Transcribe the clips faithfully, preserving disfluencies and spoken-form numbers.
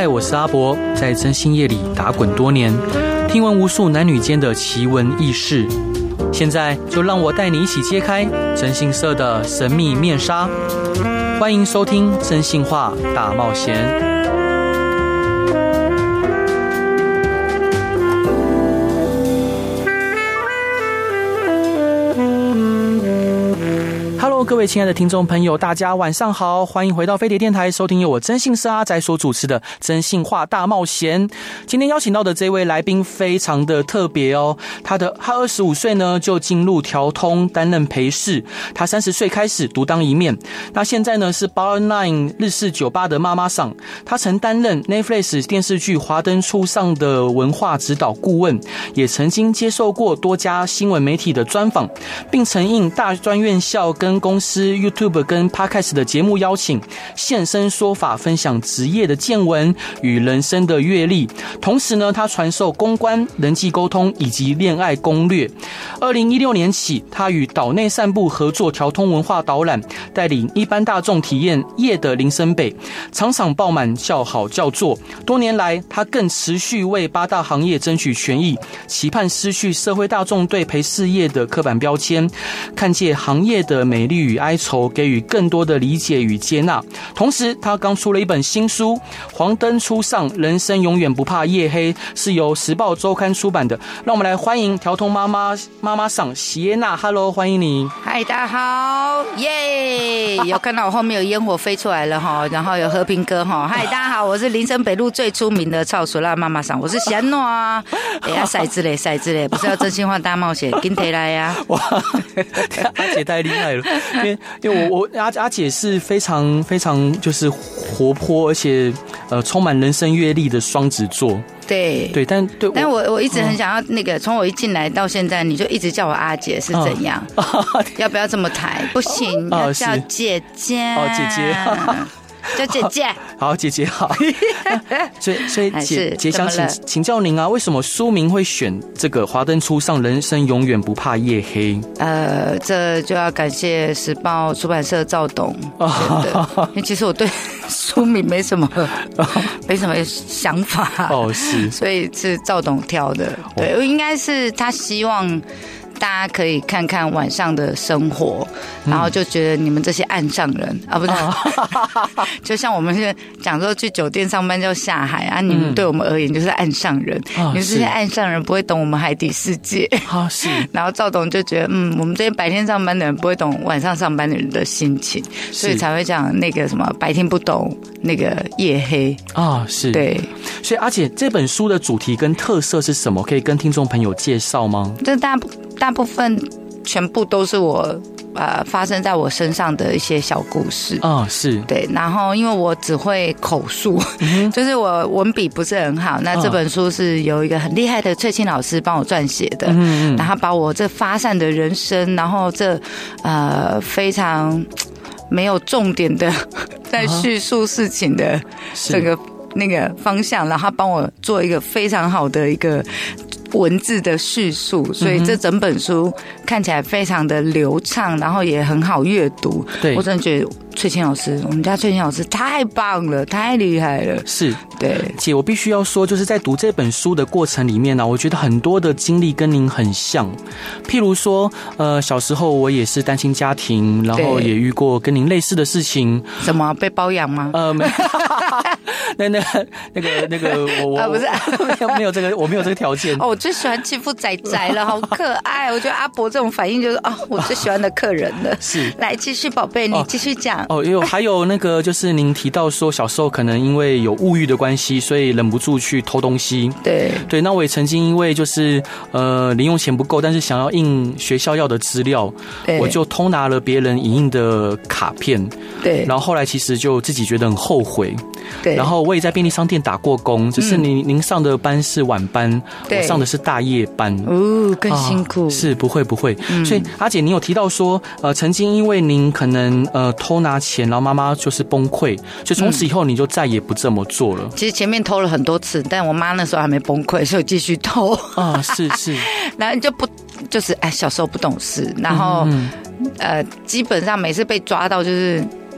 嗨，我是阿伯，在真心夜里打滚多年，听闻无数男女间的奇闻异事。现在就让我带你一起揭开真心社的神秘面纱。欢迎收听真心话大冒险。Hello， 各位亲爱的听众朋友，大家晚上好，欢迎回到飞碟电台，收听由我真性是阿宅所主持的真性话大冒险。今天邀请到的这位来宾非常的特别哦，他的他二十五岁呢就进入调通担任陪侍，他三十岁开始独当一面，那现在呢是 Bar Nine 日式酒吧的妈妈桑，他曾担任 Netflix 电视剧《华灯初上》的文化指导顾问，也曾经接受过多家新闻媒体的专访，并曾应大专院校跟公司 YouTube 跟 Podcast 的节目邀请，现身说法，分享职业的见闻与人生的阅历。同时呢，他传授公关、人际沟通以及恋爱攻略。二零一六年起，他与岛内散步合作调通文化导览，带领一般大众体验夜的林森北，场场爆满，叫好叫座。多年来，他更持续为八大行业争取权益，期盼失去社会大众对陪侍业的刻板标签，看见行业的美丽与哀愁，给予更多的理解与接纳。同时他刚出了一本新书《黄灯初上，人生永远不怕夜黑》，是由时报周刊出版的。让我们来欢迎调通妈妈妈妈桑席耶娜。 Hello， 欢迎你。 嗨，大家好，耶、yeah! 有看到我后面有烟火飞出来了哈，然后有和平哥哈。嗨，大家好，我是林森北路最出名的臭熟辣妈妈桑，我是贤诺啊。哎呀，骰子嘞，骰子嘞，不是要真心话大冒险，跟提来呀！ 哇，阿姐太厉害了，因为因为我我阿阿姐是非常非常就是活泼，而且呃充满人生阅历的双子座。 对对，但对， 但我我一直很想要那个，从我一进来到现在，你就一直叫我阿姐是怎样？哦、要不要这么抬？不行，哦、要叫姐姐。 哦，姐姐。 叫姐姐， 好，姐姐好。所以，所以姐姐想请请教您啊，为什么书名会选这个“华灯初上，人生永远不怕夜黑”？ 呃，这就要感谢时报出版社赵董，真的，因为其实我对书名没什么没什么想法哦，是， 所以是赵董挑的。对，应该是他希望大家可以看看晚上的生活，然后就觉得你们这些岸上人、嗯、啊，不是，就像我们是讲说去酒店上班叫下海啊，你们对我们而言就是岸上人，嗯、你们这些岸上人不会懂我们海底世界啊，是。然后赵董就觉得，嗯，我们这些白天上班的人不会懂晚上上班的人的心情，所以才会讲那个什么白天不懂那个夜黑啊，是。对，所以阿姐这本书的主题跟特色是什么？可以跟听众朋友介绍吗？ 这大大部分全部都是我呃发生在我身上的一些小故事啊、哦，是对。然后因为我只会口述，嗯、就是我文笔不是很好。那这本书是有一个很厉害的翠青老师帮我撰写的，嗯、然后把我这发散的人生，然后这呃非常没有重点的在叙述事情的整个那个方向，然后帮我做一个非常好的一个文字的叙述，所以这整本书看起来非常的流畅，然后也很好阅读。对，我真的觉得翠青老师，我们家翠青老师太棒了，太厉害了。 是， 对， 姐，我必须要说，就是在读这本书的过程里面呢、啊，我觉得很多的经历跟您很像。譬如说，呃，小时候我也是单亲家庭，然后也遇过跟您类似的事情。 什么被包养吗？ 呃，没。那那那个那个我我啊不是没有没有这个我没有这个条件哦，我最喜欢欺负仔仔了，好可爱！我觉得阿伯这种反应就是啊、哦，我最喜欢的客人了。是，来继续宝贝，你继续讲哦。有还有那个就是您提到说小时候可能因为有物欲的关系，所以忍不住去偷东西。对对，那我也曾经因为就是呃零用钱不够，但是想要印学校要的资料，我就偷拿了别人影印的卡片。对，然后后来其实就自己觉得很后悔。对，然后我也在便利商店打过工，只是您、嗯、您上的班是晚班，我上的是大夜班， 哦，更辛苦。啊、 是不会不会、嗯。所以阿姐，你有提到说，呃，曾经因为您可能呃偷拿钱，然后妈妈就是崩溃，所以从此以后你就再也不这么做了。 嗯、其实前面偷了很多次，但我妈那时候还没崩溃，所以继续偷。 啊，是是。 然后你就不就是哎，小时候不懂事，然后、嗯、呃，基本上每次被抓到就是。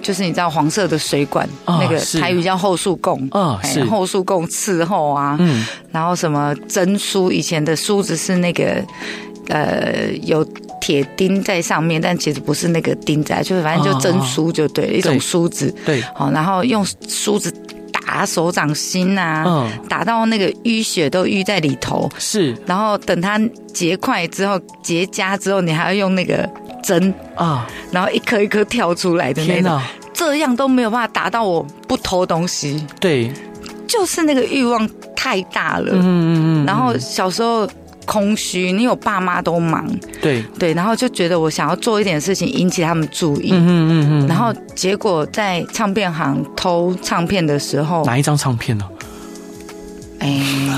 就是你知道黄色的水管， 哦、 那个台语叫后束供， 啊、哦，是后束供伺候啊， 嗯， 然后什么针梳，以前的梳子是那个呃有铁钉在上面，但其实不是那个钉子，就是反正就针梳就对了，哦、一种梳子， 对， 好，然后用梳子打手掌心啊，嗯，打到那个淤血都淤在里头， 是， 然后等它结块之后结痂之后，你还要用那个针啊，然后一颗一颗跳出来的那种，这样都没有办法达到我不偷东西， 对， 就是那个欲望太大了，嗯嗯嗯，然后小时候空虚，你有爸妈都忙， 对对，然后就觉得我想要做一点事情引起他们注意，嗯嗯嗯，然后结果在唱片行偷唱片的时候， 哪一张唱片呢？ 哎，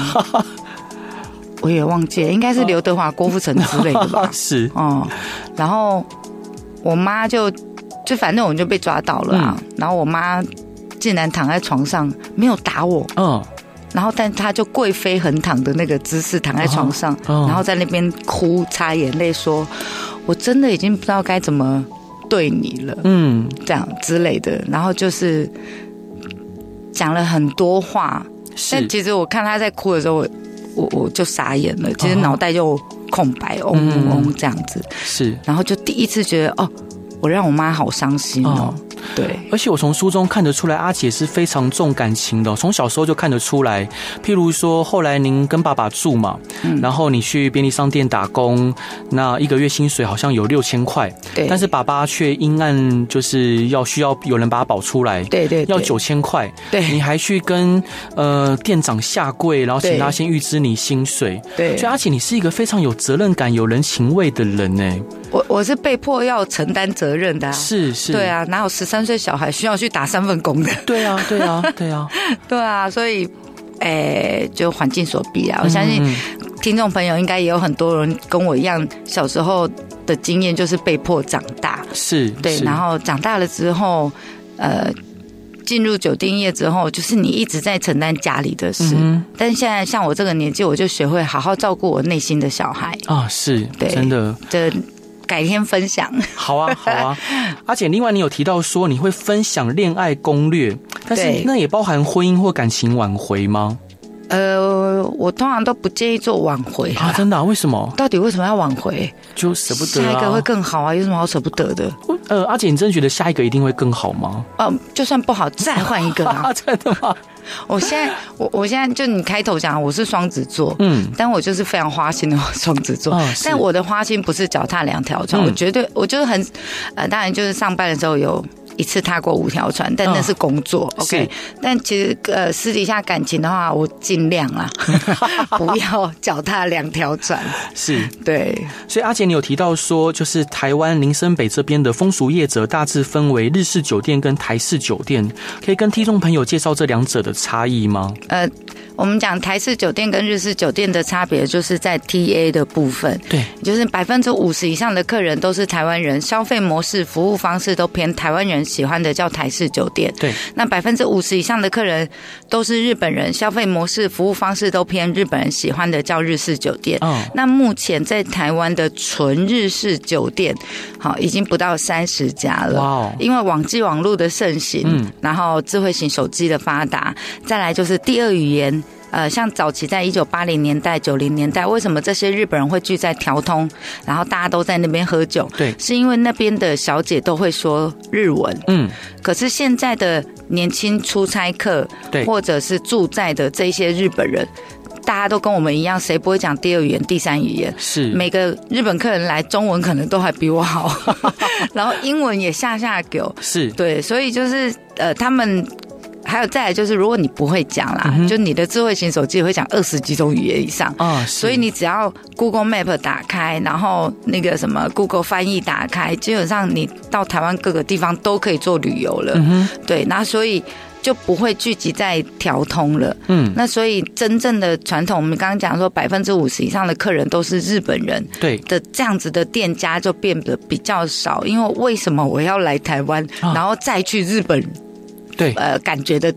我也忘记了，应该是刘德华、郭富城之类的吧， 是哦，然后我妈就就反正我们就被抓到了啊，嗯、然后我妈竟然躺在床上没有打我，嗯。然后，但他就贵妃横躺的那个姿势躺在床上，哦哦、然后在那边哭，擦眼泪，说：“我真的已经不知道该怎么对你了。”嗯，这样之类的。然后就是讲了很多话，但其实我看他在哭的时候，我我我就傻眼了，其实脑袋就空白，嗡嗡嗡这样子。 是， 然后就第一次觉得，哦，我让我妈好伤心哦。哦对， 而且我从书中看得出来，阿姐是非常重感情的，从小时候就看得出来。譬如说，后来您跟爸爸住嘛，嗯、然后你去便利商店打工，那一个月薪水好像有六千块，对，但是爸爸却因案就是要需要有人把他保出来， 对 对, 对， 要九千块， 对， 你还去跟呃店长下跪，然后请他先预支你薪水，对，所以阿姐你是一个非常有责任感、有人情味的人呢。 我我是被迫要承担责任的、啊， 是是， 对啊，哪有十三岁小孩需要去打三份工的？ 对啊，对啊，对啊， 对啊，所以，诶、欸，就环境所逼啊。我相信听众朋友应该也有很多人跟我一样，小时候的经验就是被迫长大， 是， 对，然后长大了之后，呃。进入酒店业之后，就是你一直在承担家里的事，嗯、但是现在像我这个年纪，我就学会好好照顾我内心的小孩啊，是，对，真的， 这改天分享。 好啊，好啊，阿姐，另外你有提到说你会分享恋爱攻略，但是那也包含婚姻或感情挽回吗？ 呃，我通常都不建议做挽回啊， 真的、啊？为什么？ 到底为什么要挽回？ 就舍不得、啊， 下一个会更好啊，有什么好舍不得的？ 呃，阿姐，你真的觉得下一个一定会更好吗？ 呃，就算不好，再换一个啊！ 真的吗？ 我现在，我我现在就你开头讲，我是双子座，嗯，但我就是非常花心的双子座，哦、但我的花心不是脚踏两条船，嗯、我绝对，我就是很，呃，当然就是上班的时候有。一次踏过五条船，但那是工作、哦、，OK。但其实呃私底下感情的话，我尽量啦，不要脚踏两条船。 是， 对。 所以阿姐，你有提到说，就是台湾林森北这边的风俗业者大致分为日式酒店跟台式酒店，可以跟听众朋友介绍这两者的差异吗？ 呃。我们讲台式酒店跟日式酒店的差别，就是在 T A 的部分， 对， 就是百分之五十以上的客人都是台湾人，消费模式、服务方式都偏台湾人喜欢的叫台式酒店。 对， 那百分之五十以上的客人都是日本人，消费模式、服务方式都偏日本人喜欢的叫日式酒店。哦，那目前在台湾的纯日式酒店，好，已经不到三十家了。哇哦！因为网际网络的盛行，嗯，然后智慧型手机的发达，再来就是第二语言。呃，像早期在一九八零年代、九零年代，为什么这些日本人会聚在条通，然后大家都在那边喝酒？ 对， 是因为那边的小姐都会说日文。嗯，可是现在的年轻出差客，对，或者是住在的这些日本人，大家都跟我们一样，谁不会讲第二语言、第三语言？ 是每个日本客人来，中文可能都还比我好，然后英文也下下给我。 是对， 所以就是呃，他们。还有再来就是，如果你不会讲啦，嗯、就你的智慧型手机会讲二十几种语言以上啊，哦、所以你只要 Google Map 打开，然后那个什么 Google 翻译打开，基本上你到台湾各个地方都可以做旅游了。嗯、对，那所以就不会聚集在条通了。嗯，那所以真正的传统，我们刚刚讲说百分之五十以上的客人都是日本人，对的，这样子的店家就变得比较少。因为为什么我要来台湾，啊、然后再去日本？ 对， 呃，感觉的店，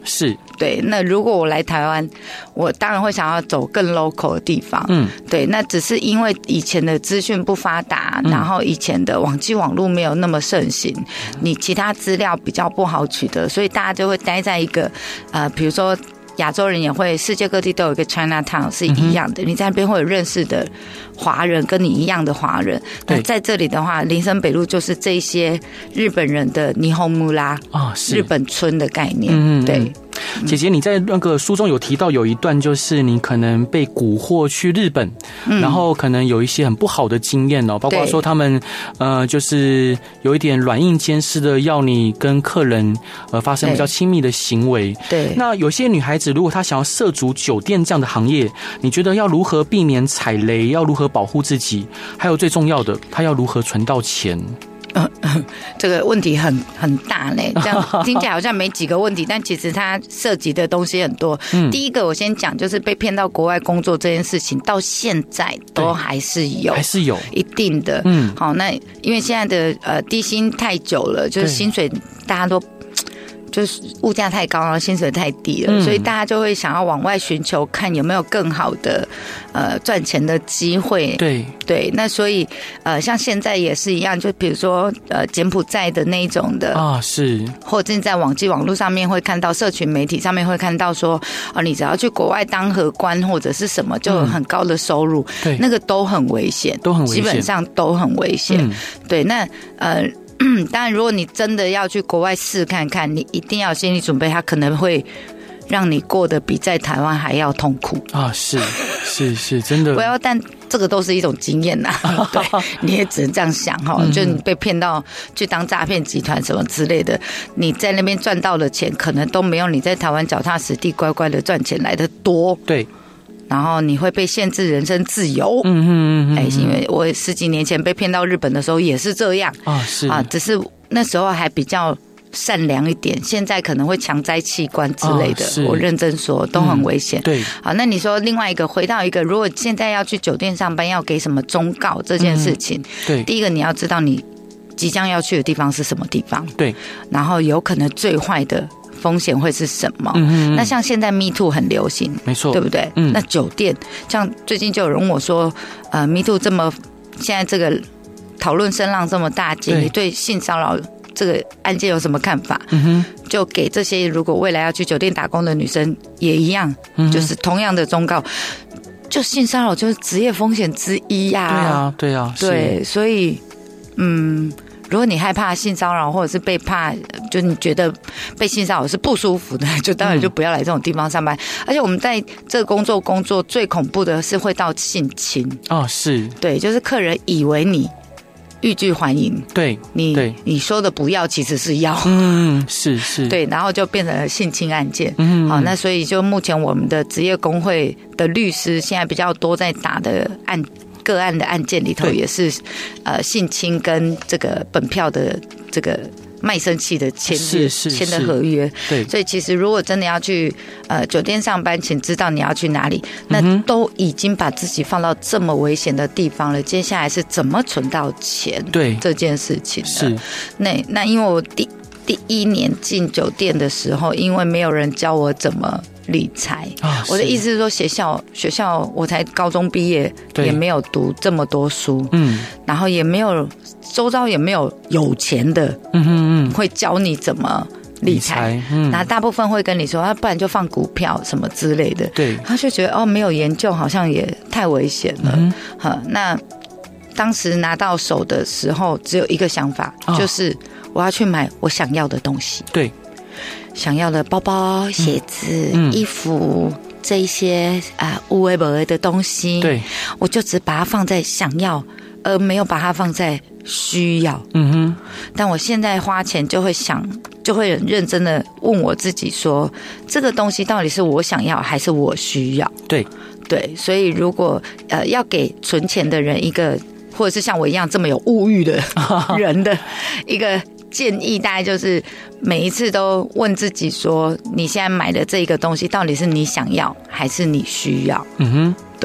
是， 对。那如果我来台湾，我当然会想要走更 local 的地方。嗯，对。那只是因为以前的资讯不发达，嗯、然后以前的网际网络没有那么盛行，你其他资料比较不好取得，所以大家就会待在一个呃，比如说。亚洲人也会，世界各地都有一个 Chinatown 是一样的，嗯、你在那边会有认识的华人，跟你一样的华人。那在这里的话，林森北路就是这些日本人的霓虹木拉啊，日本村的概念。嗯，对。 姐姐，你在那个书中有提到有一段，就是你可能被蛊惑去日本，嗯、然后可能有一些很不好的经验哦，包括说他们呃，就是有一点软硬兼施的要你跟客人呃发生比较亲密的行为。 对， 那有些女孩子如果她想要涉足酒店这样的行业，你觉得要如何避免踩雷？要如何保护自己？还有最重要的，她要如何存到钱？ 这个问题很很大嘞，这样听起来好像没几个问题，但其实它涉及的东西很多。嗯、第一个我先讲，就是被骗到国外工作这件事情，到现在都还是有， 还是有一定的。嗯，好，那因为现在的呃低薪太久了，就是薪水大家都。就是物价太高，然后薪水太低了，嗯、所以大家就会想要往外寻求，看有没有更好的呃赚钱的机会。 对对，那所以呃像现在也是一样，就比如说呃柬埔寨的那一种的啊，是， 或者在网际网络上面会看到，社群媒体上面会看到说，哦，你只要去国外当荷官或者是什么，就有很高的收入，嗯、对，那个都很危险， 都很危险， 基本上都很危险。嗯、对，那呃。当然，如果你真的要去国外试看看，你一定要有心理准备，它可能会让你过得比在台湾还要痛苦啊！是是是，真的。 不要，但这个都是一种经验呐。对，你也只能这样想哈，就你被骗到去当诈骗集团什么之类的，你在那边赚到的钱，可能都没有你在台湾脚踏实地乖乖的赚钱来的多。 对。 然后你会被限制人身自由，嗯嗯嗯嗯，哎，因为我十几年前被骗到日本的时候也是这样啊，是啊，只是那时候还比较善良一点，现在可能会强摘器官之类的，哦、我认真说都很危险。嗯、对，好，那你说另外一个，回到一个，如果现在要去酒店上班，要给什么忠告这件事情？嗯、对，第一个你要知道你即将要去的地方是什么地方，对，然后有可能最坏的。风险会是什么？嗯嗯，那像现在 Me Too 很流行，没错，对不对？嗯，那酒店像最近就有人问我说，呃 ，Me Too 这么现在这个讨论声浪这么大，姐，你对性骚扰这个案件有什么看法？嗯哼，就给这些如果未来要去酒店打工的女生也一样，嗯、就是同样的忠告，就性骚扰就是职业风险之一呀、啊。对啊，对啊，对，所以嗯。如果你害怕性骚扰，或者是被怕，就你觉得被性骚扰是不舒服的，就当然就不要来这种地方上班。嗯、而且我们在这个工作工作最恐怖的是会到性侵哦，是对，就是客人以为你欲拒还迎，对你对你说的不要其实是要，嗯，是是，对，然后就变成了性侵案件。嗯，好，那所以就目前我们的职业工会的律师现在比较多在打的案。个案的案件里头也是，呃，性侵跟这个本票的这个卖身契的签约签的合约，对，所以其实如果真的要去呃酒店上班，请知道你要去哪里，那都已经把自己放到这么危险的地方了，接下来是怎么存到钱？对这件事情是那那因为我第第一年进酒店的时候，因为没有人教我怎么。理财、啊，我的意思是说，学校学校我才高中毕业，也没有读这么多书，嗯，然后也没有周遭也没有有钱的，嗯嗯嗯，会教你怎么理财，嗯，然后大部分会跟你说，啊，不然就放股票什么之类的，对，他就觉得哦，没有研究好像也太危险了，嗯，好，那当时拿到手的时候，只有一个想法，哦、就是我要去买我想要的东西，对。想要的包包、鞋子、嗯、衣服这一些啊无为不为的东西，对，我就只把它放在想要，而没有把它放在需要。嗯哼，但我现在花钱就会想，就会很认真的问我自己说，这个东西到底是我想要还是我需要？对对，所以如果呃要给存钱的人一个，或者是像我一样这么有物欲的人的一个。建议大概就是每一次都问自己说，你现在买的这个东西到底是你想要还是你需要？嗯哼，对。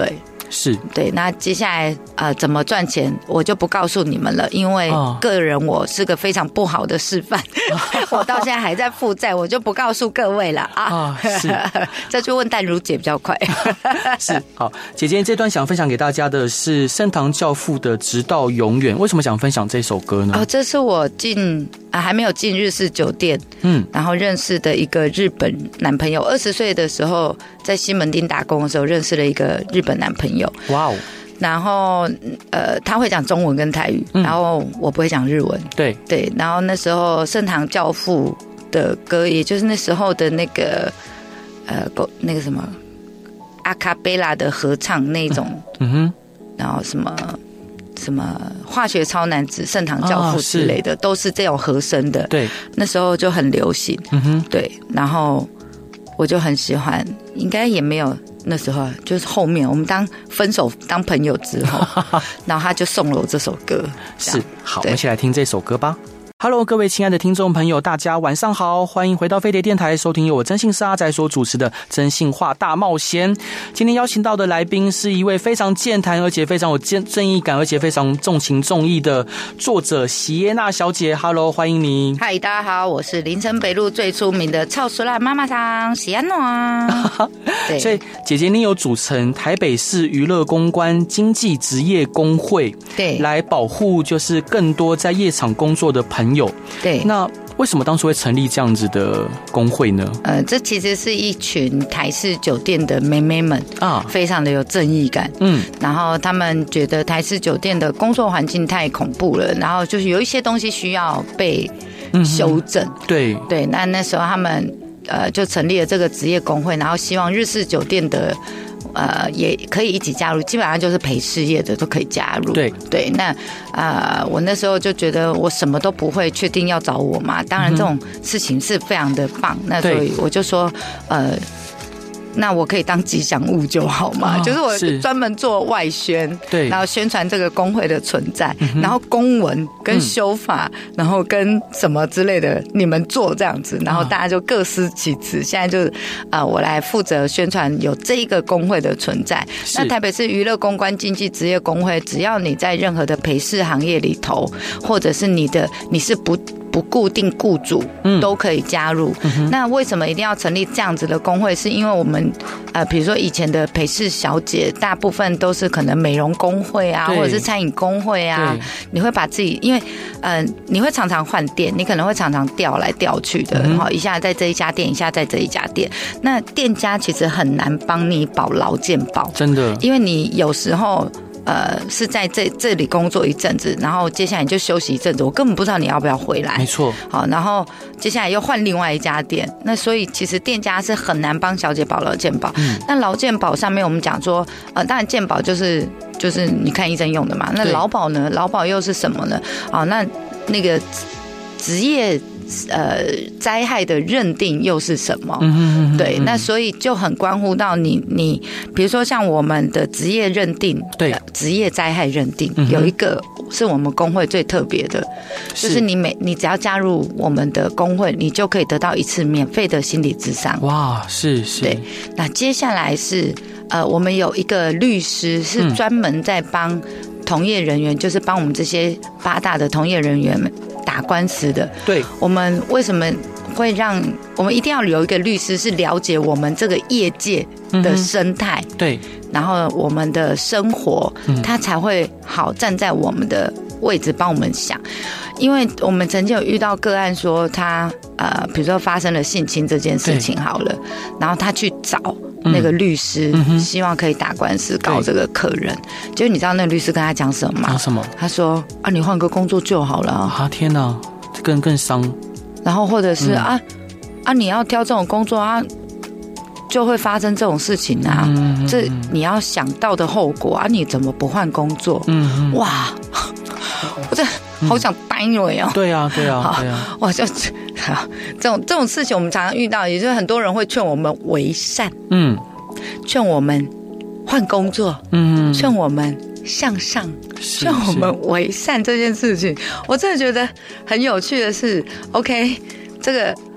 是， 对。那接下来呃怎么赚钱，我就不告诉你们了，因为个人我是个非常不好的示范，哦、我到现在还在负债，我就不告诉各位了啊。哦、是，这就问淡如姐比较快。 是，好，姐姐这段想分享给大家的是盛唐教父的《直到永远》，为什么想分享这首歌呢？ 哦，这是我进啊还没有进日式酒店，嗯，然后认识的一个日本男朋友。二十岁的时候在西门町打工的时候认识了一个日本男朋友。哇哦！然后呃他会讲中文跟台语，嗯、然后我不会讲日文。对对，然后那时候盛唐教父的歌，也就是那时候的那个呃那个什么阿卡贝拉的合唱那种，嗯哼，然后什么。什么化学超男子、盛唐教父之类的，哦、都是这种和声的。对，那时候就很流行。嗯哼，对，然后我就很喜欢，应该也没有那时候，就是后面我们当分手当朋友之后，然后他就送了我这首歌。 是，好，我们一起来听这首歌吧。Hello， 各位亲爱的听众朋友，大家晚上好，欢迎回到飞碟电台，收听由我真性是阿宅所主持的《真性话大冒险》。今天邀请到的来宾是一位非常健谈，而且非常有正义感，而且非常重情重义的作者席耶娜小姐。Hello， 欢迎你。 嗨，大家好，我是林森北路最出名的臭酸辣妈妈桑席耶娜。 对，所以姐姐你有组成台北市娱乐公关经济职业工会，对，来保护就是更多在夜场工作的朋友。有对，那为什么当初会成立这样子的工会呢？ 呃，这其实是一群台式酒店的妹妹们啊，非常的有正义感。嗯，然后他们觉得台式酒店的工作环境太恐怖了，然后就是有一些东西需要被修正。嗯、对对，那那时候他们呃就成立了这个职业工会，然后希望日式酒店的。呃，也可以一起加入，基本上就是陪事业的都可以加入。对对，那呃，我那时候就觉得我什么都不会，确定要找我嘛？当然这种事情是非常的棒，嗯、那所以我就说，呃。那我可以当吉祥物就好嘛，哦、就是我专门做外宣，对，然后宣传这个工会的存在，嗯、然后公文跟修法，嗯、然后跟什么之类的，你们做这样子，然后大家就各司其职。现在就是啊、呃，我来负责宣传有这一个工会的存在。那台北市娱乐公关经济职业工会，只要你在任何的陪侍行业里头，或者是你的你是不。不固定雇主都可以加入。嗯、那为什么一定要成立这样子的工会？是因为我们呃，比如说以前的陪侍小姐，大部分都是可能美容工会啊，或者是餐饮工会啊。你会把自己，因为呃，你会常常换店，你可能会常常调来调去的，然后、嗯、一下在这一家店，一下在这一家店。那店家其实很难帮你保劳健保，真的，因为你有时候。呃，是在这这里工作一阵子，然后接下来你就休息一阵子，我根本不知道你要不要回来。没错，好，然后接下来又换另外一家店，那所以其实店家是很难帮小姐保劳健保。嗯，那劳健保上面我们讲说，呃，当然健保就是就是你看医生用的嘛，那劳保呢？劳保又是什么呢？哦，那那个职业。呃，灾害的认定又是什么？嗯嗯嗯，对，那所以就很关乎到你，你比如说像我们的职业认定，对，职、呃、业灾害认定、嗯、有一个是我们工会最特别的，是就是你每你只要加入我们的工会，你就可以得到一次免费的心理咨商。哇，是是。对，那接下来是呃，我们有一个律师是专门在帮同业人员，嗯、就是帮我们这些八大的同业人员们。打官司的，对，我们为什么会让我们一定要有一个律师是了解我们这个业界的生态，嗯、对，然后我们的生活，嗯、他才会好站在我们的位置帮我们想，因为我们曾经有遇到个案说他呃，比如说发生了性侵这件事情好了，然后他去找。那个律师希望可以打官司告这个客人，结果你知道那个律师跟他讲什么吗？讲什么？他说：“啊，你换个工作就好了。”啊，天哪，这更更伤。然后或者是、嗯、啊啊，你要挑这种工作啊，就会发生这种事情啊，嗯嗯嗯这你要想到的后果啊，你怎么不换工作？嗯嗯哇，我这好想掰你哦！对啊，对啊，对啊，哇，就。这种这种事情我们常常遇到，也就是很多人会劝我们为善，嗯，劝我们换工作，嗯，劝我们向上，劝我们为善这件事情，我真的觉得很有趣的是 ，OK， 这个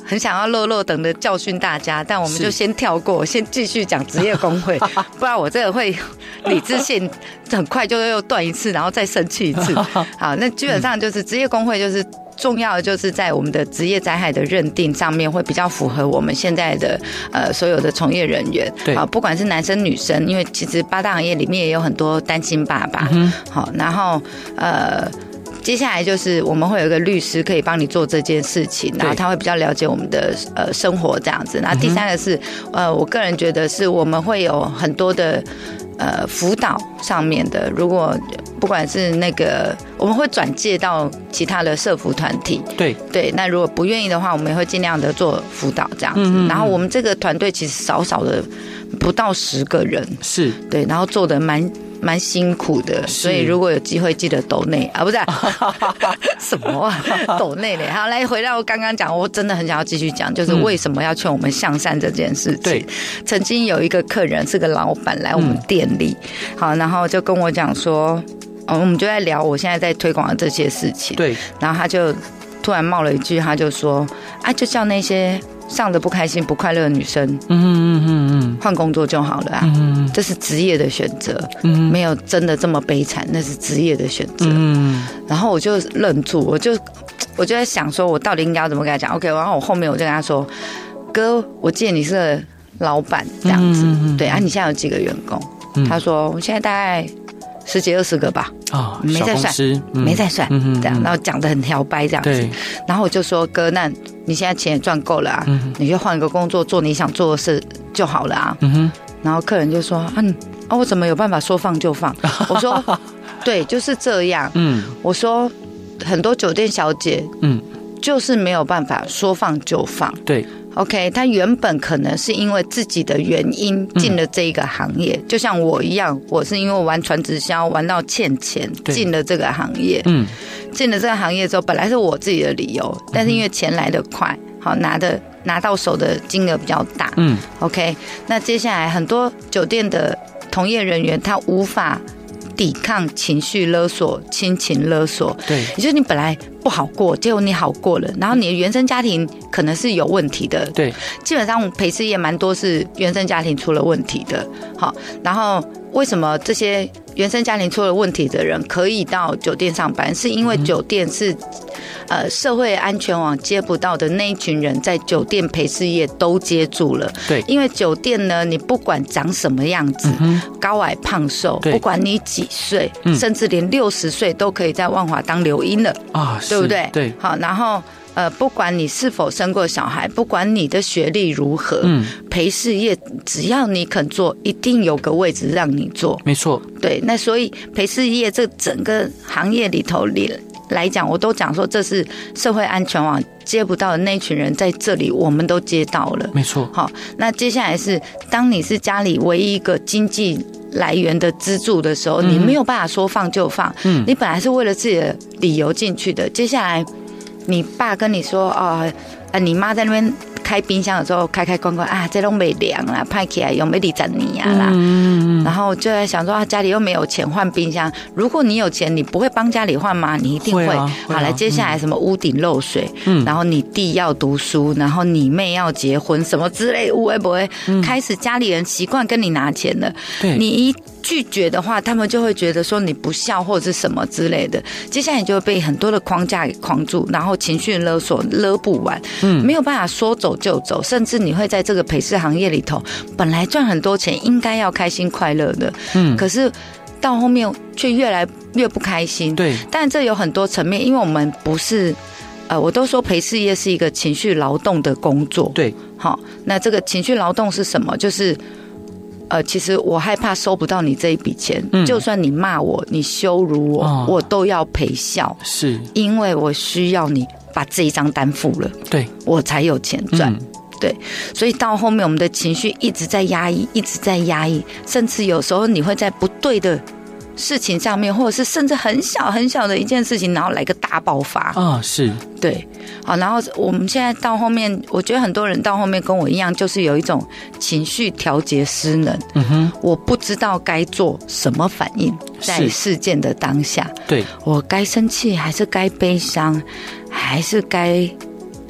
很想要落落等的教训大家，但我们就先跳过，先继续讲职业工会，不然我这个会理智线很快就又断一次，然后再生气一次。好，那基本上就是职业工会就是重要的，就是在我们的职业灾害的认定上面会比较符合我们现在的呃所有的从业人员。 对啊， 不管是男生女生，因为其实八大行业里面也有很多单亲爸爸。嗯、好，然后呃。接下来就是我们会有一个律师可以帮你做这件事情，然后他会比较了解我们的呃生活这样子。然后第三个是呃，我个人觉得是我们会有很多的呃辅导上面的，如果不管是那个我们会转介到其他的社福团体， 对对，那如果不愿意的话，我们也会尽量的做辅导这样子。嗯嗯嗯，然后我们这个团队其实少少的不到十个人， 是对， 然后做的蛮。蛮辛苦的，所以如果有机会记得抖内啊，不是、啊、什么啊，抖内嘞。好，来回到刚刚讲，我真的很想要继续讲，就是为什么要劝我们向善这件事情。对，曾经有一个客人是个老板来我们店里，嗯、好，然后就跟我讲说，哦，我们就在聊我现在在推广的这些事情。对，然后他就突然冒了一句，他就说，啊，就叫那些上的不开心不快乐的女生，嗯嗯嗯嗯，换工作就好了啊，嗯，这是职业的选择，嗯，没有真的这么悲惨，那是职业的选择，嗯，然后我就愣住，我就我就在想说，我到底应该要怎么跟他讲 ？OK， 然后我后面我就跟他说，哥，我记得你是个老板这样子，嗯嗯对啊，你现在有几个员工？嗯、他说我现在大概十几二十个吧，啊、哦，没在算，嗯、没在算，嗯、这样，然后讲得很挑掰这样子，然后我就说，哥，那你现在钱也赚够了啊，嗯、你就换一个工作做你想做的事就好了啊。嗯、然后客人就说，啊，啊，我怎么有办法说放就放？我说，对，就是这样。嗯，我说很多酒店小姐，嗯，就是没有办法说放就放。对。OK， 他原本可能是因为自己的原因进了这一个行业，嗯、就像我一样，我是因为玩传直销玩到欠钱进了这个行业。嗯，进了这个行业之后，本来是我自己的理由，但是因为钱来得快，好拿的拿到手的金额比较大。嗯 ，OK， 那接下来很多酒店的从业人员他无法抵抗情绪勒索、亲情勒索。对，也就是你本来不好过，结果你好过了，然后你的原生家庭可能是有问题的。对，基本上陪侍业蛮多是原生家庭出了问题的。好，然后为什么这些原生家庭出了问题的人可以到酒店上班？是因为酒店是呃社会安全网接不到的那一群人，在酒店陪侍业都接住了。对，因为酒店呢，你不管长什么样子，嗯、高矮胖瘦，不管你几岁，嗯、甚至连六十岁都可以在万华当流音了啊，对不对？对，好，然后。呃，不管你是否生过小孩，不管你的学历如何，嗯，陪侍业只要你肯做，一定有个位置让你做。没错，对。那所以陪侍业这整个行业里头里来讲，我都讲说这是社会安全网接不到的那群人，在这里我们都接到了。没错。好，那接下来是当你是家里唯一一个经济来源的支柱的时候，嗯、你没有办法说放就放。嗯，你本来是为了自己的理由进去的，接下来。你爸跟你说哦，呃，你妈在那边开冰箱的时候开开关关啊，这都没凉啦，派起来用没理整你呀啦。嗯、然后就在想说啊，家里又没有钱换冰箱，如果你有钱，你不会帮家里换吗？你一定会。会啊会啊、好，来接下来什么屋顶漏水，嗯、然后你弟要读书，然后你妹要结婚，什么之类，会不会、嗯、开始家里人习惯跟你拿钱了？对，你一拒绝的话，他们就会觉得说你不孝或者是什么之类的，接下来你就会被很多的框架给框住，然后情绪勒索勒不完，嗯，没有办法说走就走，甚至你会在这个陪侍行业里头，本来赚很多钱，应该要开心快乐的，嗯，可是到后面却越来越不开心，对，但这有很多层面，因为我们不是。呃，我都说陪侍业是一个情绪劳动的工作，对，好，那这个情绪劳动是什么？就是，呃，其实我害怕收不到你这一笔钱，嗯、就算你骂我、你羞辱我，哦、我都要陪笑，是因为我需要你把这一张单付了，对，我才有钱赚。嗯对，所以到后面我们的情绪一直在压抑，一直在压抑，甚至有时候你会在不对的事情上面，或者是甚至很小很小的一件事情，然后来个大爆发啊，是对，好，然后我们现在到后面，我觉得很多人到后面跟我一样，就是有一种情绪调节失能，嗯哼，我不知道该做什么反应，在事件的当下，对，我该生气还是该悲伤，还是该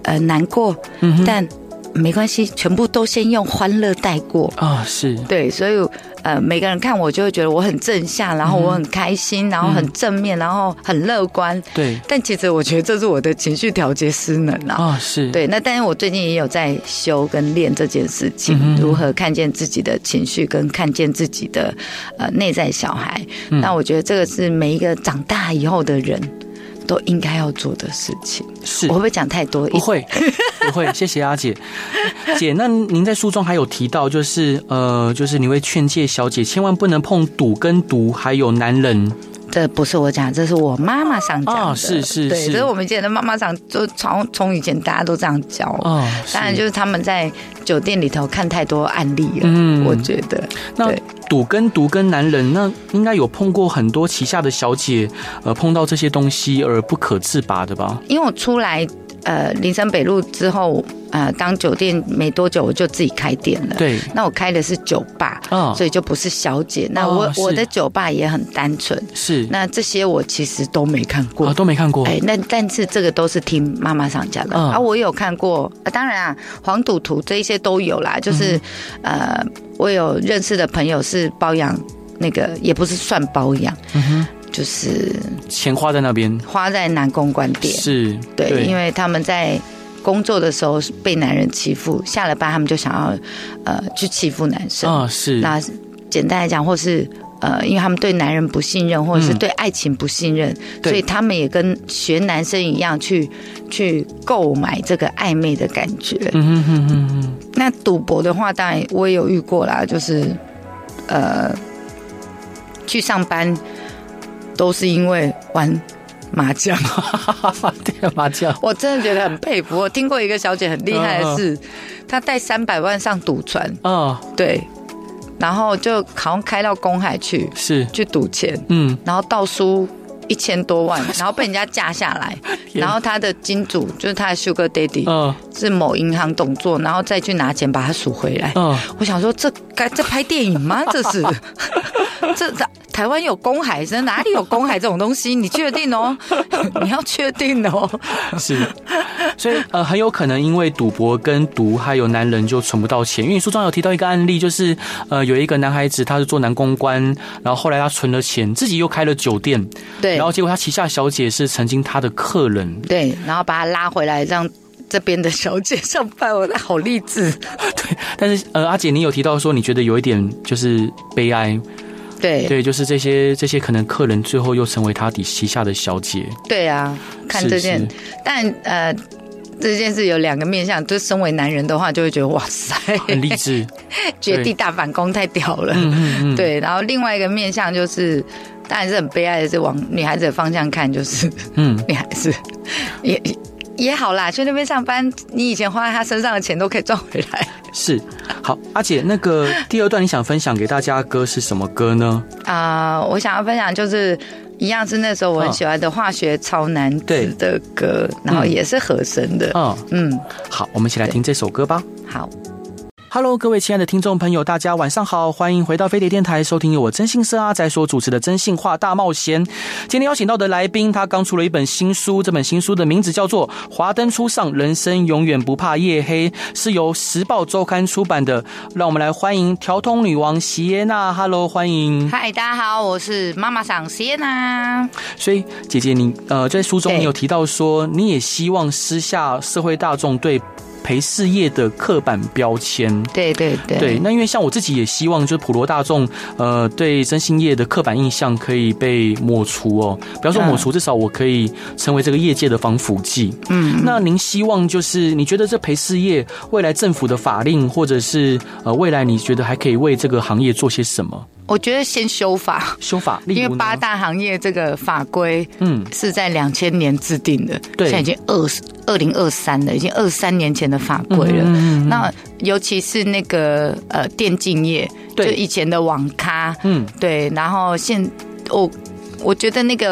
呃难过，嗯、但没关系，全部都先用欢乐带过啊、哦，是对，所以呃，每个人看我就会觉得我很正向，然后我很开心，嗯、然后很正面，然后很乐观。 对， 但其实我觉得这是我的情绪调节失能啊。 啊、哦，是对。那但是我最近也有在修跟练这件事情，嗯、如何看见自己的情绪，跟看见自己的呃内在小孩。嗯、那我觉得这个是每一个长大以后的人都应该要做的事情。 是， 我会不会讲太多？ 不会，不会。谢谢阿姐。姐，那您在书中还有提到，就是呃，就是你会劝诫小姐千万不能碰赌跟毒，还有男人。 这不是我讲，这是我妈妈上讲的。 哦，是是是， 对，这是我们以前的妈妈上，就从从以前大家都这样教。哦，当然就是他们在酒店里头看太多案例了。嗯，我觉得。 那赌跟毒跟男人，那应该有碰过很多旗下的小姐，呃，碰到这些东西而不可自拔的吧？ 因为我出来。呃，林森北路之后，呃，当酒店没多久，我就自己开店了。 对， 那我开的是酒吧，哦、所以就不是小姐。那我、哦、我的酒吧也很单纯。 是， 那这些我其实都没看过， 哦、都没看过。 哎，那但是这个都是听妈妈上讲的、哦、啊，我有看过。啊、当然啊，黄赌毒这一些都有啦。就是、嗯、呃，我有认识的朋友是包养，那个也不是算包养。嗯哼。就是钱花在那边， 花在男公关店， 是对, 对，因为他们在工作的时候被男人欺负，下了班他们就想要呃去欺负男生啊、哦，是。 那简单来讲，或是呃，因为他们对男人不信任，或者是对爱情不信任，嗯、所以他们也跟学男生一样去去购买这个暧昧的感觉。嗯哼哼哼哼。那赌博的话，当然我也有遇过啦，就是呃去上班。都是因为玩麻将， 对麻将， 我真的觉得很佩服。我听过一个小姐很厉害的是，她带三百万上赌船，嗯，对，然后就好像开到公海去， 是去赌钱，嗯，然后倒输一千多万，然后被人家架下来，然后他的金主就是他的 Sugar Daddy，嗯，是某银行董座，然后再去拿钱把他赎回来。嗯，我想说这该这拍电影吗？这是这台湾有公海，哪里有公海这种东西？你确定哦？你要确定哦。 是，所以呃，很有可能因为赌博跟毒，还有男人就存不到钱。因为书中有提到一个案例，就是呃，有一个男孩子他是做男公关，然后后来他存了钱，自己又开了酒店， 对， 然后结果他旗下小姐是曾经他的客人， 对，然后把他拉回来，让这边的小姐上班，我好励志。 对，但是呃，阿姐你有提到说你觉得有一点就是悲哀。 对对，就是这些这些可能客人最后又成为他底旗下的小姐。 对啊，看这件，但呃，这件事有两个面向，就身为男人的话，就会觉得哇塞， 很励志， 绝地大反攻太屌了。嗯嗯嗯对，然后另外一个面向就是，当然是很悲哀的是往女孩子的方向看，就是嗯，女孩子也也好啦，去那边上班，你以前花在他身上的钱都可以赚回来。 是，好，阿姐，那个第二段你想分享给大家的歌是什么歌呢？ 啊、呃，我想要分享就是一样是那时候我很喜欢的化学超男子的歌，然后也是和声的。嗯嗯， 好，我们一起来听这首歌吧。 好。 Hello， 各位亲爱的听众朋友，大家晚上好，欢迎回到飞碟电台，收听由我真心社阿仔所主持的真心话大冒险。今天邀请到的来宾，他刚出了一本新书，这本新书的名字叫做《华灯初上，人生永远不怕夜黑》，是由时报周刊出版的。让我们来欢迎调通女王席耶娜。Hello， 欢迎。 嗨，大家好，我是妈妈桑席耶娜。 所以姐姐你呃在书中你有提到说，你也希望撕下社会大众对陪事业的刻板标签。 对对对对，那因为像我自己也希望，就是普罗大众呃对征信业的刻板印象可以被抹除哦，不要说抹除，至少我可以成为这个业界的防腐剂。嗯，那您希望就是你觉得这陪事业未来政府的法令，或者是呃未来你觉得还可以为这个行业做些什么？ 我觉得先修法， 修法， 因为八大行业这个法规，嗯，是在两千年制定的，对，现在已经二二零二三了，已经二十三年前的法规了。嗯嗯嗯，那尤其是那个呃电竞业，就以前的网咖，嗯，对，然后现我我觉得那个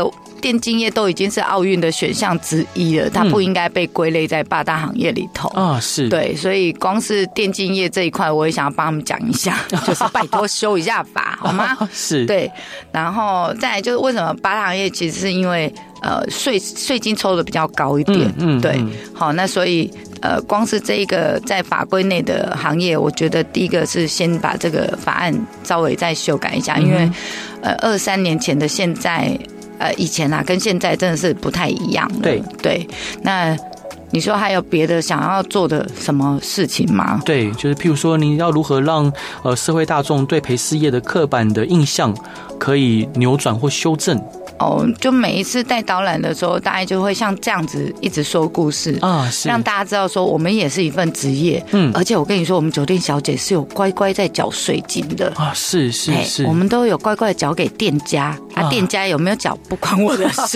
电竞业都已经是奥运的选项之一了，它不应该被归类在八大行业里头啊。是，对， 所以光是电竞业这一块，我也想要帮他们讲一下，就是拜托修一下法，好吗？ 是， 对，然后再来就是为什么八大行业，其实是因为呃税税金抽的比较高一点，嗯，嗯对，嗯好，那所以呃光是这一个在法规内的行业，我觉得第一个是先把这个法案稍微再修改一下，因为呃二三年前的现在呃以前啊跟现在真的是不太一样的， 对对，那。你说还有别的想要做的什么事情吗？ 对，就是譬如说，你要如何让呃社会大众对陪侍业的刻板的印象可以扭转或修正？ 哦，就每一次带导览的时候，大概就会像这样子一直说故事啊，是让大家知道说我们也是一份职业，嗯，而且我跟你说，我们酒店小姐是有乖乖在缴税金的啊， 是是是， 我们都有乖乖缴给店家啊，店家有没有缴不关我的事。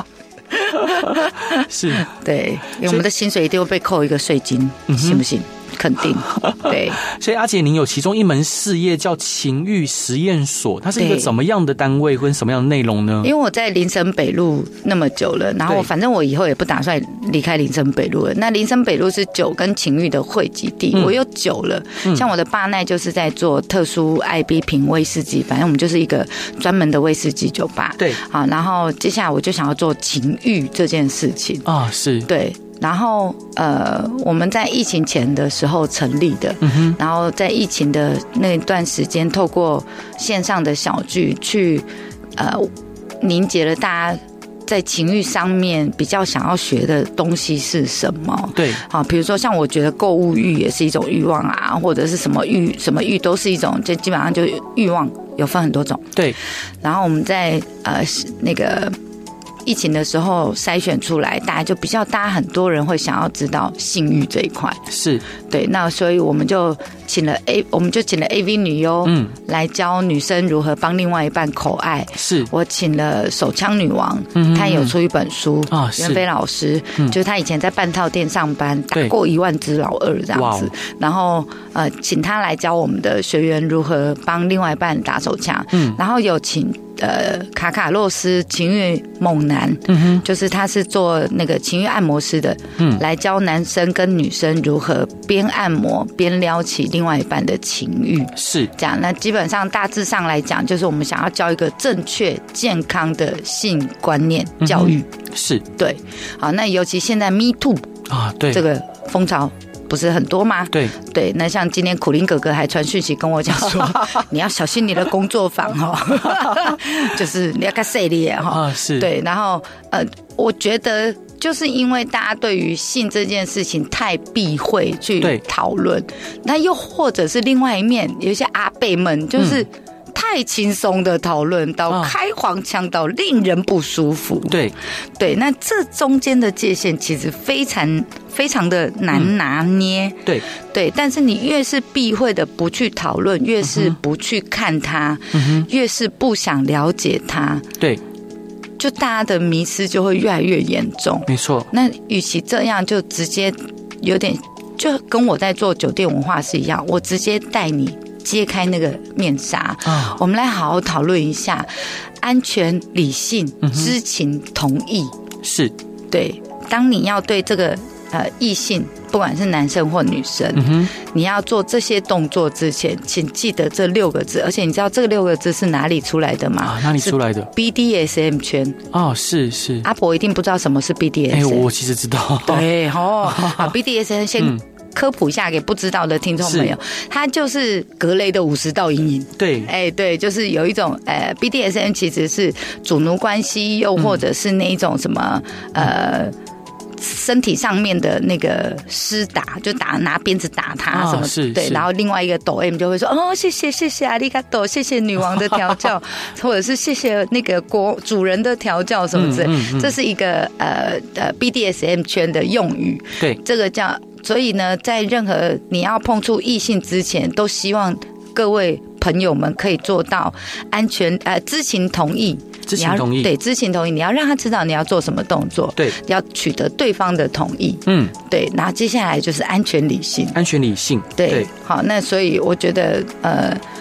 是， 对，因为我们的薪水一定会被扣一个税金，信不信？肯定，对。 所以阿姐，您有其中一门事业叫情欲实验所，它是一个怎么样的单位，跟什么样的内容呢？ 因为我在林森北路那么久了，然后反正我以后也不打算离开林森北路了。那林森北路是酒跟情欲的汇集地，嗯、我有酒了、嗯，像我的爸奈就是在做特殊 I B 品威士忌，反正我们就是一个专门的威士忌酒吧。 对， 好，然后接下来我就想要做情欲这件事情啊，是对。然后呃，我们在疫情前的时候成立的，嗯哼，然后在疫情的那段时间，透过线上的小聚去呃凝结了大家在情欲上面比较想要学的东西是什么？ 对， 好，比如说像我觉得购物欲也是一种欲望啊，或者是什么欲什么欲都是一种，就基本上就欲望有分很多种。 对， 然后我们在呃那个。疫情的时候筛选出来，大家就比较，大家很多人会想要知道性欲这一块， 是对。那所以我们就请了 A， 我们就请了 A V 女优，嗯，来教女生如何帮另外一半口爱。是，我请了手枪女王，嗯，她有出一本书啊，袁飞老师，嗯，就是她以前在半套店上班，打过一万只老二这样子，然后呃，请她来教我们的学员如何帮另外一半打手枪，嗯，然后有请。呃，卡卡洛斯情欲猛男，嗯哼，就是他是做那个情欲按摩师的，嗯，来教男生跟女生如何边按摩边撩起另外一半的情欲，是这样。那基本上大致上来讲，就是我们想要教一个正确健康的性观念教育，嗯、是对。好，那尤其现在 Me Too 啊，对这个风潮。不是很多吗？对对，那像今天苦林哥哥还传讯息跟我讲说，你要小心你的工作坊哦，就是你要看谁的哈，啊是，对，然后呃，我觉得就是因为大家对于性这件事情太避讳去讨论，那又或者是另外一面，有一些阿伯们就是。嗯太轻松的讨论到开黄腔到令人不舒服，对对，那这中间的界限其实非常非常的难拿捏，嗯、对对，但是你越是避讳的不去讨论，越是不去看它，嗯、越是不想了解它，对，就大家的迷思就会越来越严重，没错。那与其这样，就直接有点就跟我在做酒店文化是一样，我直接带你。揭开那个面纱，哦、我们来好好讨论一下安全、理性、嗯、知情、同意。是，对。当你要对这个呃异性，不管是男生或女生，嗯、你要做这些动作之前，请记得这六个字。而且你知道这六个字是哪里出来的吗？啊、哪里出来的 ？B D S M 圈。哦，是是。阿伯一定不知道什么是 B D S M。哎、欸，我其实知道。对哦，好 ，B D S M 先。嗯科普一下给不知道的听众朋友，它就是格雷的五十道阴影。对，哎、欸，对，就是有一种呃 ，B D S M 其实是主奴关系，又或者是那一种什么、嗯、呃。身体上面的那个施打，就打拿鞭子打他什么，哦、对，然后另外一个抖 M 就会说哦，谢谢谢谢阿里嘎多，谢谢女王的调教，或者是谢谢那个国主人的调教什么之类，嗯嗯嗯、这是一个呃呃 B D S M 圈的用语，对，这个叫，所以呢，在任何你要碰触异性之前，都希望各位朋友们可以做到安全呃知情同意。知情同意，对，知情同意，你要让他知道你要做什么动作，对，要取得对方的同意，嗯，对，然后接下来就是安全理性，安全理性，对，对好，那所以我觉得，呃，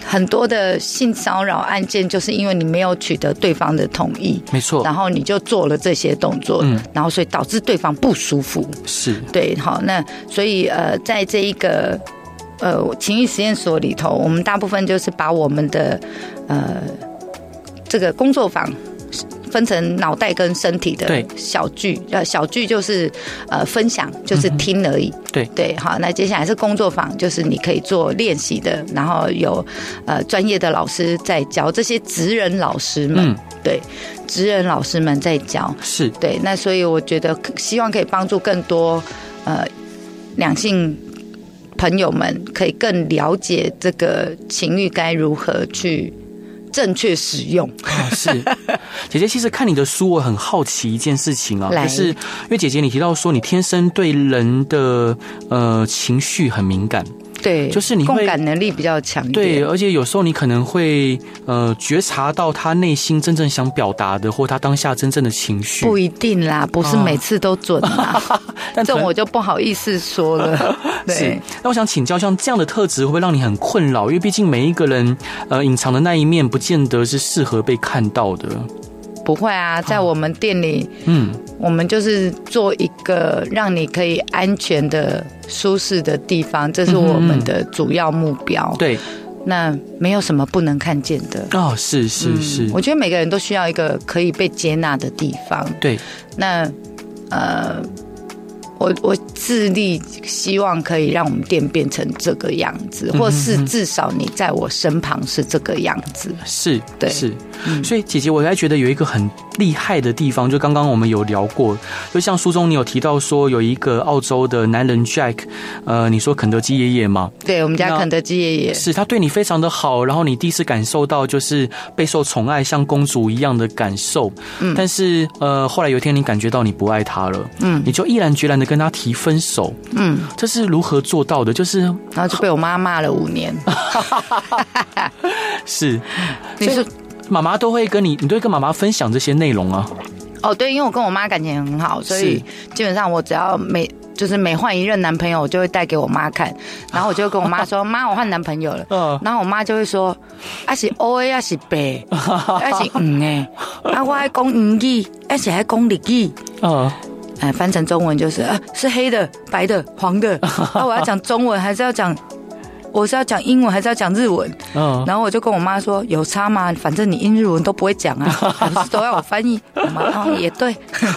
很多的性骚扰案件，就是因为你没有取得对方的同意， 没错， 然后你就做了这些动作，嗯，然后所以导致对方不舒服， 是对，好，那所以呃，在这一个呃情欲实验所里头，我们大部分就是把我们的呃这个工作坊分成脑袋跟身体的小剧，呃，小剧就是呃分享，就是听而已。嗯、 对对，好，那接下来是工作坊，就是你可以做练习的，然后有呃专业的老师在教，这些职人老师们，嗯、对，职人老师们在教， 是对。那所以我觉得希望可以帮助更多呃两性朋友们，可以更了解这个情欲该如何去正确使用。 啊，是姐姐，其实看你的书，我很好奇一件事情啊，就是因为姐姐你提到说你天生对人的呃情绪很敏感。 对， 就是你会共感能力比较强一点。 对，而且有时候你可能会呃觉察到他内心真正想表达的，或他当下真正的情绪。 不一定啦，不是每次都准啦。哦、 但这种我就不好意思说了。 对，那我想请教，像这样的特质会不会让你很困扰？因为毕竟每一个人呃隐藏的那一面，不见得是适合被看到的。 不会啊，在我们店里，嗯，我们就是做一个让你可以安全的、舒适的地方，这是我们的主要目标。嗯、对，那没有什么不能看见的哦，是是是、嗯， 我觉得每个人都需要一个可以被接纳的地方。 对， 那呃。我我致力希望可以让我们店变成这个样子，或是至少你在我身旁是这个样子。 是， 对， 是。嗯、所以姐姐，我还觉得有一个很厉害的地方，就刚刚我们有聊过，就像书中你有提到说有一个澳洲的男人 Jack， 呃，你说肯德基爷爷嘛？ 对，我们家肯德基爷爷是他对你非常的好，然后你第一次感受到就是备受宠爱，像公主一样的感受。嗯，但是呃，后来有一天你感觉到你不爱他了，嗯，你就毅然决然的跟他提分手。嗯，这是如何做到的？就是然后就被我妈骂了五年。 是， 你说。 妈妈都会跟你，你都会跟妈妈分享这些内容啊？ 哦，对，因为我跟我妈感情很好，所以基本上我只要每就是每换一任男朋友，我就会带给我妈看，然后我就跟我妈说：“妈，我换男朋友了。”嗯，然后我妈就会说：“啊是 O A 啊是白，啊是嗯哎，啊我爱讲英语，啊是爱讲日语。”嗯。哎，翻成中文就是啊，是黑的、白的、黄的。那我要讲中文还是要讲？我是要讲英文还是要讲日文？嗯，然后我就跟我妈说有差吗？反正你英日文都不会讲啊，还是都要我翻译。我妈哦也对，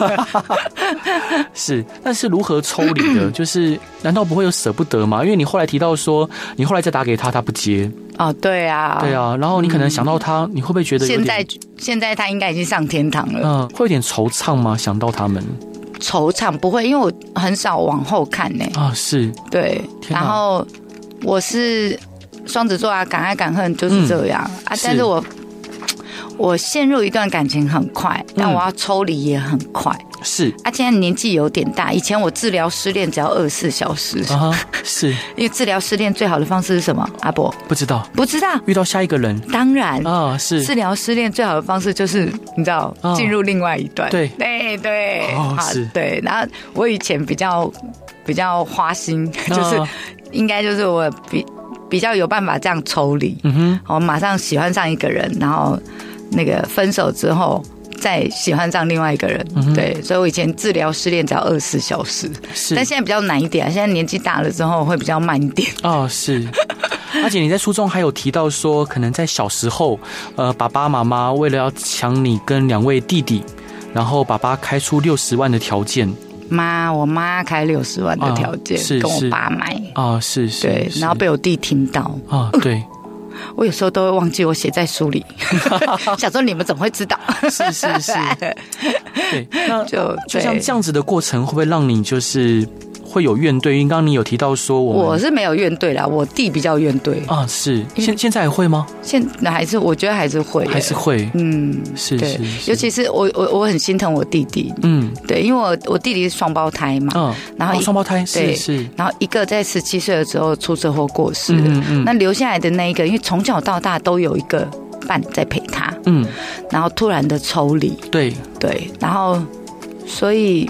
是，但是如何抽离的？就是难道不会有舍不得吗？因为你后来提到说，你后来再打给他，他不接。 哦，对啊， 对啊，然后你可能想到他，嗯、你会不会觉得有点现在现在他应该已经上天堂了？ 嗯，会有点惆怅吗？想到他们。 惆怅不会，因为我很少往后看呢、欸。 啊，是， 对，然后。我是双子座啊，敢爱敢恨就是这样、嗯、啊。但是我我陷入一段感情很快，但我要抽离也很快。 是啊，现在年纪有点大，以前我治疗失恋只要二十四小时。 啊，是因为治疗失恋最好的方式是什么？阿伯不知道， 不知道遇到下一个人。 当然啊，是治疗失恋最好的方式就是你知道进、哦、入另外一段。对对对， 哦、是对。然后我以前比较比较花心，就是。哦应该就是我比比较有办法这样抽离，嗯哼，我马上喜欢上一个人，然后那个分手之后再喜欢上另外一个人，嗯、对，所以我以前治疗失恋只要二十四小时，是，但现在比较难一点，现在年纪大了之后会比较慢一点。 哦，是。而且你在书中还有提到说，可能在小时候，呃，爸爸妈妈为了要抢你跟两位弟弟，然后爸爸开出六十万的条件。 妈，我妈开六十万的条件、哦、跟我爸买啊、哦，是是， 对，然后被我弟听到啊、哦，对、呃， 我有时候都会忘记我写在书里，想说你们怎么会知道？ 是是是，对，那就就像这样子的过程，会不会让你就是？会有怨怼，因为刚刚你有提到说我， 我是没有怨怼啦，我弟比较怨怼啊。是，现现在还会吗？ 现在还是，我觉得还是会， 还是会，嗯，是是， 尤其是我我我很心疼我弟弟，嗯，对，因为我我弟弟是双胞胎嘛，嗯，然后双胞胎是是， 然后一个在十七岁的时候出车祸过世了，嗯嗯，那留下来的那一个，因为从小到大都有一个伴在陪他，嗯，然后突然的抽离， 对对，然后所以。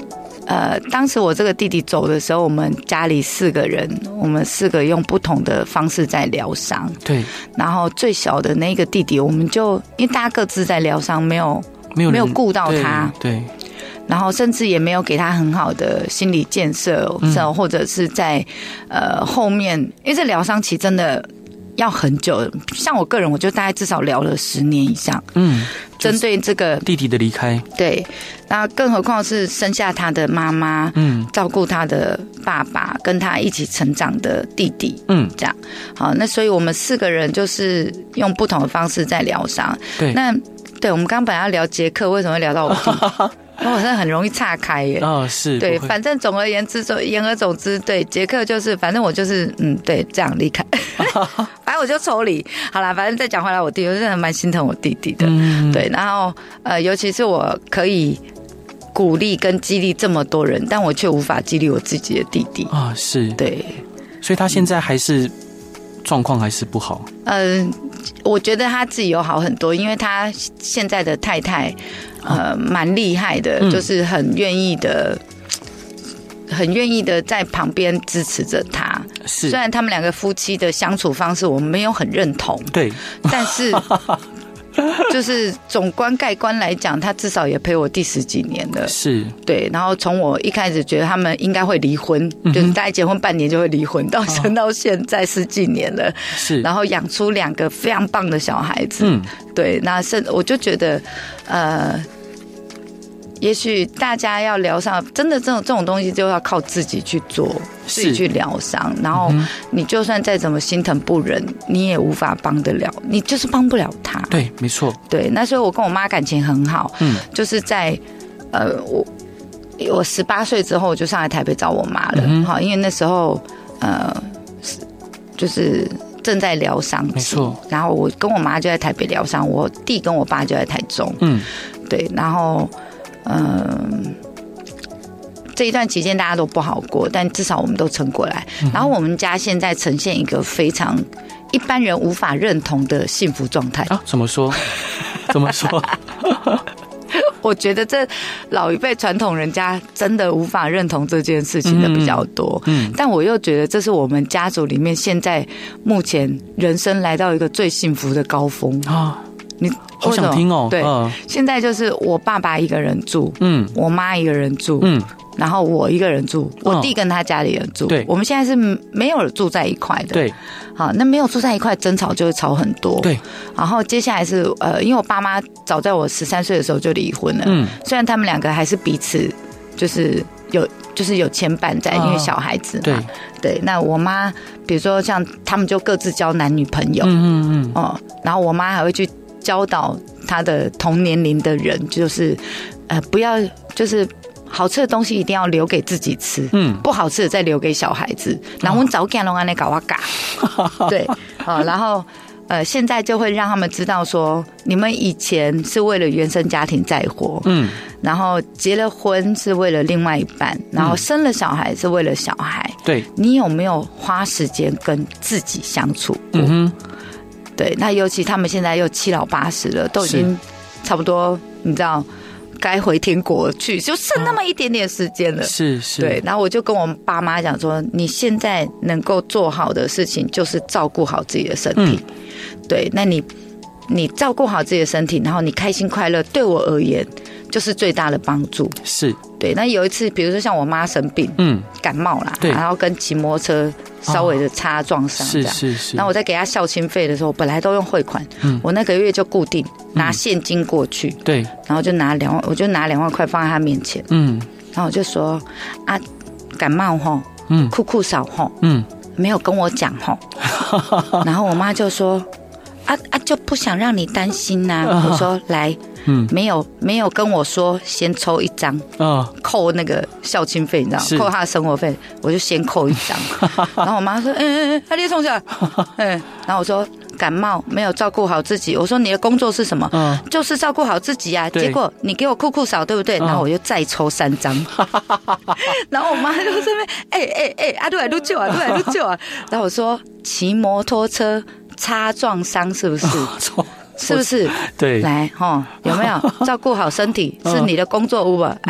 呃，当时我这个弟弟走的时候，我们家里四个人，我们四个用不同的方式在疗伤。 对。 然后最小的那个弟弟，我们就因为大家各自在疗伤，没有没有没有顾到他。 对。对， 然后甚至也没有给他很好的心理建设，嗯、或者是在呃后面，因为这疗伤期真的要很久。像我个人，我就大概至少疗了十年以上。嗯，针对这个弟弟的离开， 对，那更何况是生下他的妈妈，嗯，照顾他的爸爸，跟他一起成长的弟弟，嗯，这样。好，那所以我们四个人就是用不同的方式在疗伤。 对， 那对我们刚本来要聊捷克，为什么会聊到我弟弟？因为我真的很容易岔开耶。 哦，是。 对，反正总而言之，言而总之，对，捷克就是，反正我就是，嗯，对，这样离开。反正我就抽离。好啦，反正再讲回来，我弟，我真的蛮心疼我弟弟的。嗯、对，然后呃，尤其是我可以鼓励跟激励这么多人，但我却无法激励我自己的弟弟。 啊、哦，是。 对， 所以他现在还是状况还是不好。 嗯、呃，我觉得他自己有好很多，因为他现在的太太。呃，蛮厉害的，嗯、就是很愿意的，很愿意的在旁边支持着他。 是， 虽然他们两个夫妻的相处方式我们没有很认同， 对， 但是就是总观概观来讲，他至少也陪我第十几年了。 是， 对。然后从我一开始觉得他们应该会离婚，嗯、就是大概结婚半年就会离婚，到生到现在十几年了。 是， 然后养出两个非常棒的小孩子。嗯，对。那是我就觉得，呃。也许大家要疗伤，真的这种这种东西就要靠自己去做，自己去疗伤。然后你就算再怎么心疼不忍，你也无法帮得了，你就是帮不了他。 对，没错。 对，那时候我跟我妈感情很好，嗯，就是在呃我我十八岁之后我就上来台北找我妈了，好、嗯，因为那时候呃就是正在疗伤期， 没错。 然后我跟我妈就在台北疗伤，我弟跟我爸就在台中，嗯，对，然后。嗯，这一段期间大家都不好过，但至少我们都撑过来。嗯、然后我们家现在呈现一个非常一般人无法认同的幸福状态啊？怎么说？怎么说？ 我觉得这老一辈传统人家真的无法认同这件事情的比较多，嗯，嗯但我又觉得这是我们家族里面现在目前人生来到一个最幸福的高峰啊。你好想听哦！ 对，嗯、现在就是我爸爸一个人住，嗯，我妈一个人住，嗯，然后我一个人住，我弟跟他家里人住，对、嗯，我们现在是没有住在一块的， 对， 好，那没有住在一块，争吵就会吵很多， 对， 然后接下来是呃，因为我爸妈早在我十三岁的时候就离婚了，嗯，虽然他们两个还是彼此就是有就是有牵绊在，因为小孩子嘛，对对，那我妈比如说像他们就各自交男女朋友，嗯嗯嗯，哦，然后我妈还会去。教导他的同年龄的人，就是呃，不要就是好吃的东西一定要留给自己吃，嗯，不好吃的再留给小孩子。然后我早干拢安尼搞我嘎，对，啊，然后呃，现在就会让他们知道说，你们以前是为了原生家庭在活，嗯，然后结了婚是为了另外一半，然后生了小孩是为了小孩， 对， 你有没有花时间跟自己相处过？嗯哼。对，那尤其他们现在又七老八十了，都已经差不多，你知道，该回天国去，就剩那么一点点时间了。 是是。 对，然后我就跟我爸妈讲说，你现在能够做好的事情，就是照顾好自己的身体。嗯、对，那你你照顾好自己的身体，然后你开心快乐，对我而言就是最大的帮助。 是。 对，那有一次，比如说像我妈生病，嗯，感冒啦，然后跟骑摩托车稍微的擦撞伤，这样， 是是是。 然后我在给她孝亲费的时候，本来都用汇款，嗯，我那个月就固定拿现金过去， 对， 然后就拿两万，我就拿两万块放在她面前，嗯，然后我就说啊，感冒吼，嗯，酷酷少吼，嗯，没有跟我讲吼，然后我妈就说啊啊，就不想让你担心呐、啊，我说来。嗯，没有没有跟我说先抽一张，嗯，扣那个孝亲费，你知道吗？扣他的生活费，我就先扣一张。然后我妈说，嗯嗯嗯，他列冲下来，嗯，然后我说感冒没有照顾好自己，我说你的工作是什么？嗯，就是照顾好自己啊。结果你给我酷酷少，对不对？然后我就再抽三张。然后我妈就这边，哎哎哎，啊，对啊，撸救啊，对啊，撸救啊。然后我说骑摩托车擦撞伤是不是？是不是？ 对， 来哈，有没有照顾好身体是你的工作，有吧？啊，你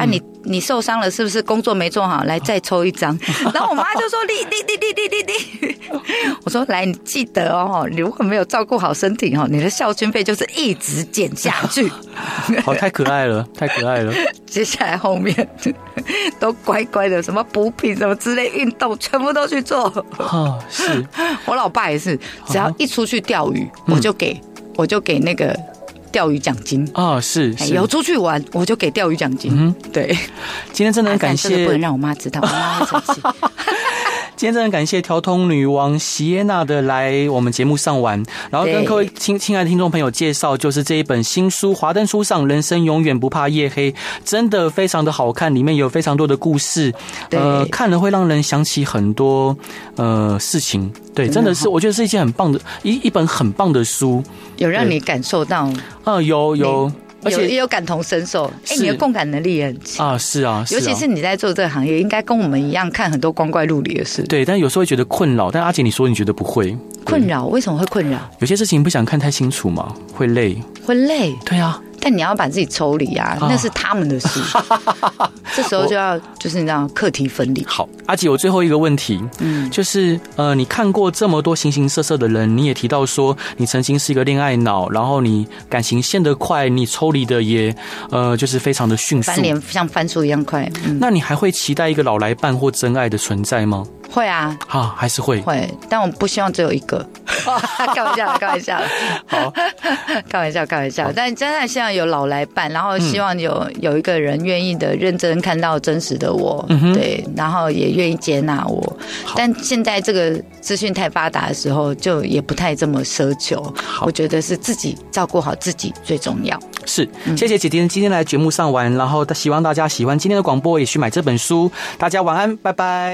你受伤了，是不是工作没做好？来再抽一张。然后我妈就说你你你你你你你，我说来，你记得哦，你如果没有照顾好身体哦，你的孝训费就是一直减下去。 好，太可爱了，太可爱了。 接下来后面都乖乖的，什么补品什么之类，运动全部都去做。 哦，是我老爸也是，只要一出去钓鱼，我就给我就给那个钓鱼奖金啊、哦，是是， 有出去玩我就给钓鱼奖金。嗯，对。 今天真的很感谢， 啊、不能让我妈知道，我妈会生气。 今天真的很感谢调通女王席耶娜的来我们节目上玩，然后跟各位亲亲爱的听众朋友介绍，就是这一本新书《华灯初上，人生永远不怕夜黑》，真的非常的好看，里面有非常多的故事，呃，看了会让人想起很多呃事情。对，真的是，我觉得是一件很棒的一一本很棒的书， 有让你感受到， 啊、呃，有有。 而且也有感同身受，哎、欸，你的共感能力也很强啊，是啊， 尤其是你在做这个行业，应该跟我们一样看很多光怪陆离的事。 对，但有时候会觉得困扰。但阿姐，你说你觉得不会？ 困扰？为什么会困扰？ 有些事情不想看太清楚嘛，会累。 会累？ 对啊。 但你要把自己抽离啊，那是他们的事。这时候就要就是你知道课题分离。 好，阿姐，我最后一个问题，嗯，就是呃，你看过这么多形形色色的人，你也提到说你曾经是一个恋爱脑，然后你感情陷得快，你抽离的也呃，就是非常的迅速， 翻脸像翻书一样快。 嗯、那你还会期待一个老来伴或真爱的存在吗？ 会啊， 啊，还是会会，但我不希望只有一个。开玩笑，开玩笑。 好， 开玩笑，开玩笑。但真的希望有老来伴，然后希望有、嗯、有一个人愿意的认真看到真实的我，嗯、对，然后也愿意接纳我。但现在这个资讯太发达的时候，就也不太这么奢求。我觉得是自己照顾好自己最重要。 是，谢谢姐姐今天来节目上玩，然后希望大家喜欢今天的广播，也去买这本书。大家晚安，拜拜。